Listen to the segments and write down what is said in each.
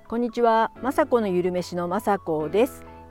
こんにちは、まさこのゆるめしのまさこです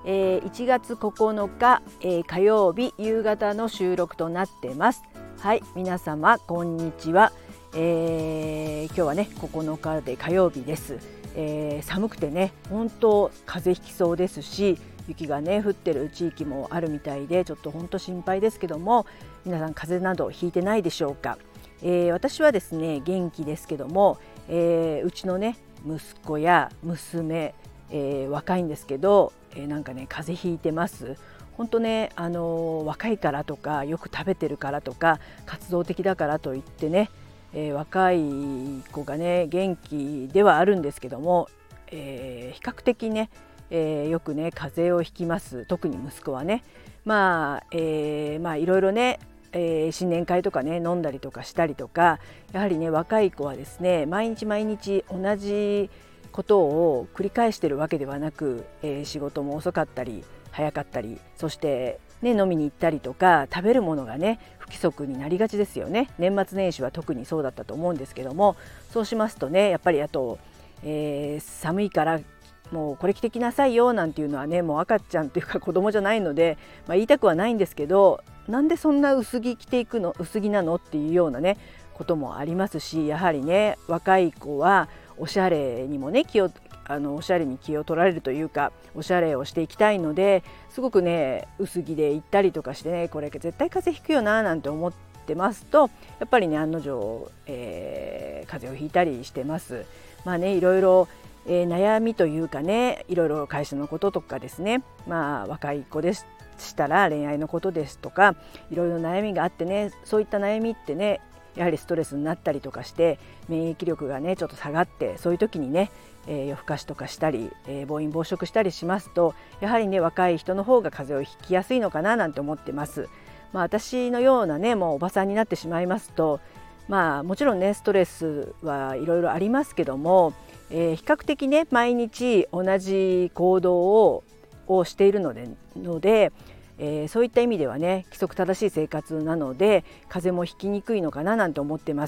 。1月9日、火曜日夕方の収録となってます。はい、皆様こんにちは。今日はね9日で火曜日です。寒くてね本当風邪ひきそうですし、雪がね降ってる地域もあるみたいでちょっと本当心配ですけども、皆さん風邪などひいてないでしょうか。私はですね元気ですけども、うちのね息子や娘、若いんですけど、なんかね風邪ひいてます。本当ね、若いからとかよく食べてるからとか活動的だからといってね、若い子がね元気ではあるんですけども、比較的ね、よくね風邪をひきます。特に息子はね、いろいろね、新年会とかね飲んだりとかしたりとか、やはりね若い子はですね毎日毎日同じことを繰り返してるわけではなく、仕事も遅かったり早かったり、そしてね飲みに行ったりとか食べるものがね不規則になりがちですよね。年末年始は特にそうだったと思うんですけども、そうしますとねやっぱりあと、寒いからもうこれ着てきなさいよなんていうのはねもう赤ちゃんというか子供じゃないので、言いたくはないんですけど、なんでそんな薄着着ていくの、薄着なのっていうようなねこともありますし、やはりね若い子はおしゃれにもねおしゃれに気を取られるというかおしゃれをしていきたいので、すごくね薄着で行ったりとかしてね、これ絶対風邪ひくよななんて思ってますと、やっぱりね案の定、風邪をひいたりしてます。いろいろ悩みというかね、いろいろ会社のこととかですね、若い子でしたら恋愛のことですとかいろいろ悩みがあってね、そういった悩みってねやはりストレスになったりとかして免疫力がねちょっと下がって、そういう時にね、夜更かしとかしたり、暴飲暴食したりしますと、やはりね若い人の方が風邪をひきやすいのかななんて思ってます。私のようなねもうおばさんになってしまいますと、もちろんねストレスはいろいろありますけども、比較的ね毎日同じ行動をしているので、そういった意味ではね規則正しい生活なので風邪もひきにくいのかななんて思ってます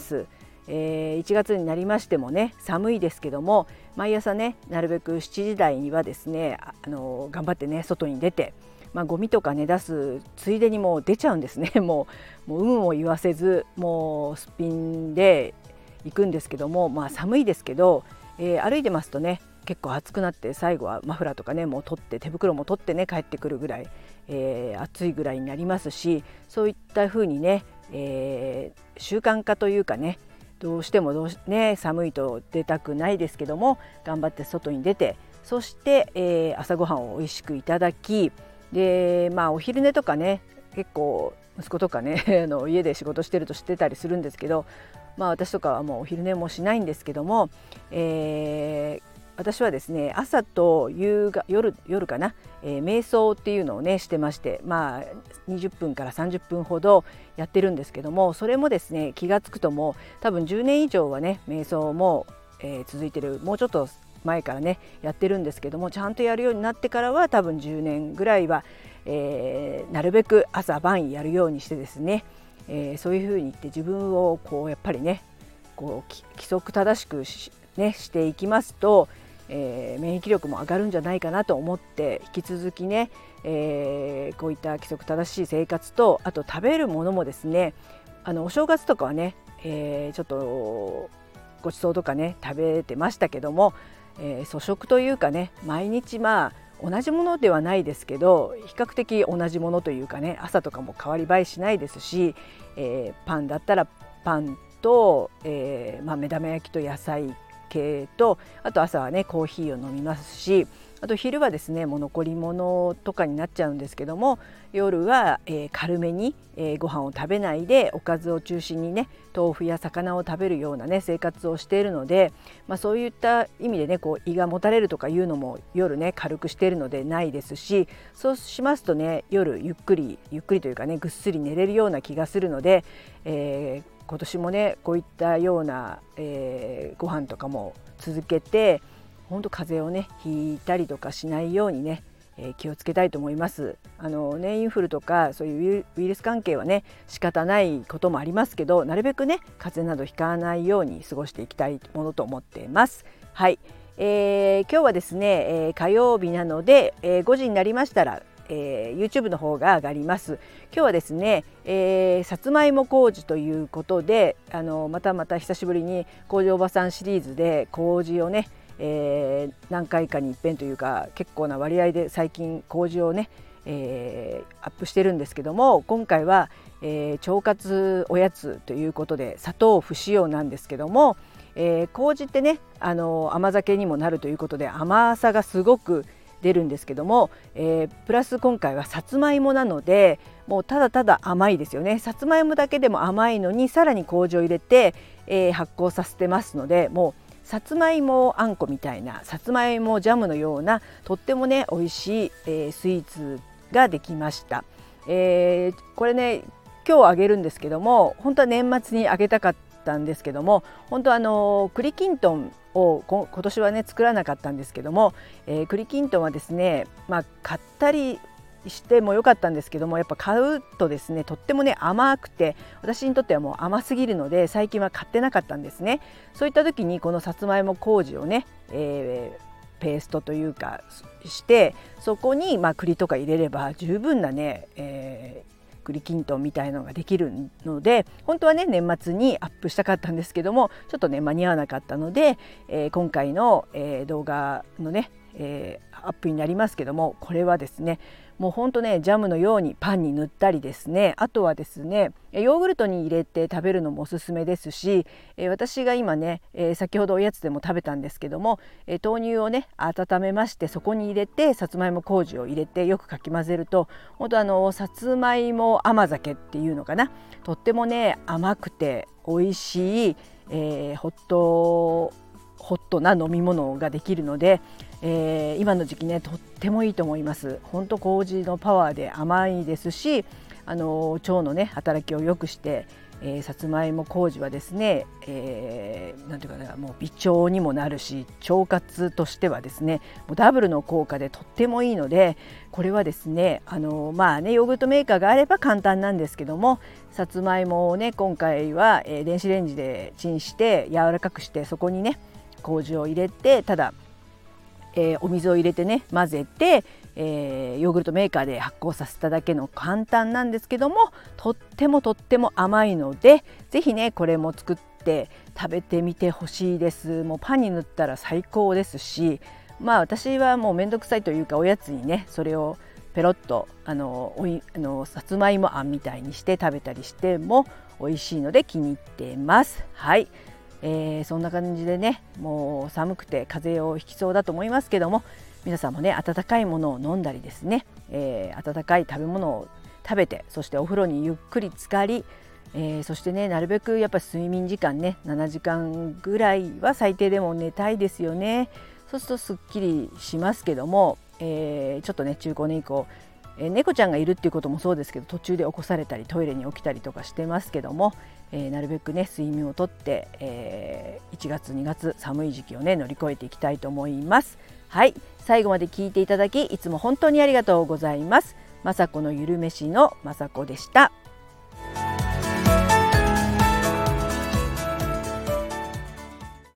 。1月になりましてもね寒いですけども、毎朝ねなるべく7時台にはですね頑張ってね外に出て、ゴミとかね出すついでにもう出ちゃうんですね。もう有無も言わせずもうすっぴんで行くんですけども、寒いですけど、歩いてますとね結構暑くなって、最後はマフラーとかねもう取って手袋も取ってね帰ってくるぐらい、暑いぐらいになりますし、そういった風にね、習慣化というかね、どうしても寒いと出たくないですけども頑張って外に出て、そして、朝ごはんを美味しくいただき、でお昼寝とかね結構息子とかね家で仕事してるとしてたりするんですけど、私とかはもうお昼寝もしないんですけども、私はですね朝と夜かな、瞑想っていうのをねしてまして、20分から30分ほどやってるんですけども、それもですね気がつくともう多分10年以上はね瞑想も、続いてる、もうちょっと前からねやってるんですけども、ちゃんとやるようになってからは多分10年ぐらいは、なるべく朝晩やるようにしてですね、そういうふうに言って自分をこうやっぱりねこう規則正しくしていきますと、免疫力も上がるんじゃないかなと思って、引き続きね、こういった規則正しい生活と、あと食べるものもですね、お正月とかはね、ちょっとごちそうとかね食べてましたけども、粗食というかね毎日同じものではないですけど比較的同じものというかね、朝とかも変わり映えしないですし、パンだったらパンと、目玉焼きと野菜系と、あと朝はねコーヒーを飲みますし、あと昼はですねもう残り物とかになっちゃうんですけども、夜は、軽めに、ご飯を食べないでおかずを中心にね豆腐や魚を食べるようなね生活をしているので、そういった意味でねこう胃がもたれるとかいうのも夜ね軽くしているのでないですし、そうしますとね夜ゆっくりというかねぐっすり寝れるような気がするので、今年もねこういったような、ご飯とかも続けて、本当風邪をねひいたりとかしないようにね、気をつけたいと思います。インフルとかそういうウイルス関係はね仕方ないこともありますけど、なるべくね風邪などひかないように過ごしていきたいものと思っています。はい、 今日はですね、火曜日なので、5時になりましたら、YouTube の方が上がります。今日はですね、さつまいも麹ということでまた久しぶりに麹おばさんシリーズで麹をね、何回かに一遍というか結構な割合で最近麹をね、アップしてるんですけども、今回は、腸活おやつということで砂糖不使用なんですけども、麹ってね甘酒にもなるということで甘さがすごく出るんですけども、プラス今回はさつまいもなのでもうただただ甘いですよね。さつまいもだけでも甘いのにさらに麹を入れて、発酵させてますので、もうさつまいもあんこみたいなさつまいもジャムのようなとってもね美味しい、スイーツができました。これね今日あげるんですけども、本当は年末にあげたかったんですけども、本当は栗きんとんを今年はね作らなかったんですけども、栗きんとんはですね、買ったりしてもよかったんですけども、やっぱ買うとですねとってもね甘くて、私にとってはもう甘すぎるので最近は買ってなかったんですね。そういった時にこのさつまいも麹をね、ペーストというかしてそこに栗とか入れれば十分なね、栗きんとんみたいのができるので、本当はね年末にアップしたかったんですけどもちょっとね間に合わなかったので、今回の、動画のね、アップになりますけども、これはですねもうほんとねジャムのようにパンに塗ったりですね、あとはですねヨーグルトに入れて食べるのもおすすめですし、私が今ね、先ほどおやつでも食べたんですけども、豆乳をね温めましてそこに入れてさつまいも麹を入れてよくかき混ぜると、本当さつまいも甘酒っていうのかな、とってもね甘くて美味しい、ホットな飲み物ができるので、今の時期ねとってもいいと思います。本当麹のパワーで甘いですし、腸のね働きを良くして、さつまいも麹はですね、なんていうかな、もう微腸にもなるし腸活としてはですねもうダブルの効果でとってもいいので、これはですねヨーグルトメーカーがあれば簡単なんですけども、さつまいもをね今回は、電子レンジでチンして柔らかくしてそこにね麹を入れてただ、お水を入れてね混ぜて、ヨーグルトメーカーで発酵させただけの簡単なんですけどもとっても甘いので、ぜひねこれも作って食べてみてほしいです。もうパンに塗ったら最高ですし、私はもうめんどくさいというかおやつにねそれをペロッとさつまいもあんみたいにして食べたりしても美味しいので気に入ってます。はい、そんな感じでねもう寒くて風邪をひきそうだと思いますけども、皆さんもね温かいものを飲んだりですね、温かい食べ物を食べて、そしてお風呂にゆっくり浸かり、そしてねなるべくやっぱ睡眠時間ね7時間ぐらいは最低でも寝たいですよね。そうするとすっきりしますけども、ちょっとね中高年以降猫ちゃんがいるっていうこともそうですけど途中で起こされたりトイレに起きたりとかしてますけども、なるべくね睡眠をとって、1月2月寒い時期をね乗り越えていきたいと思います。はい、最後まで聞いていただきいつも本当にありがとうございます。まさこのゆるめしのまさこでした。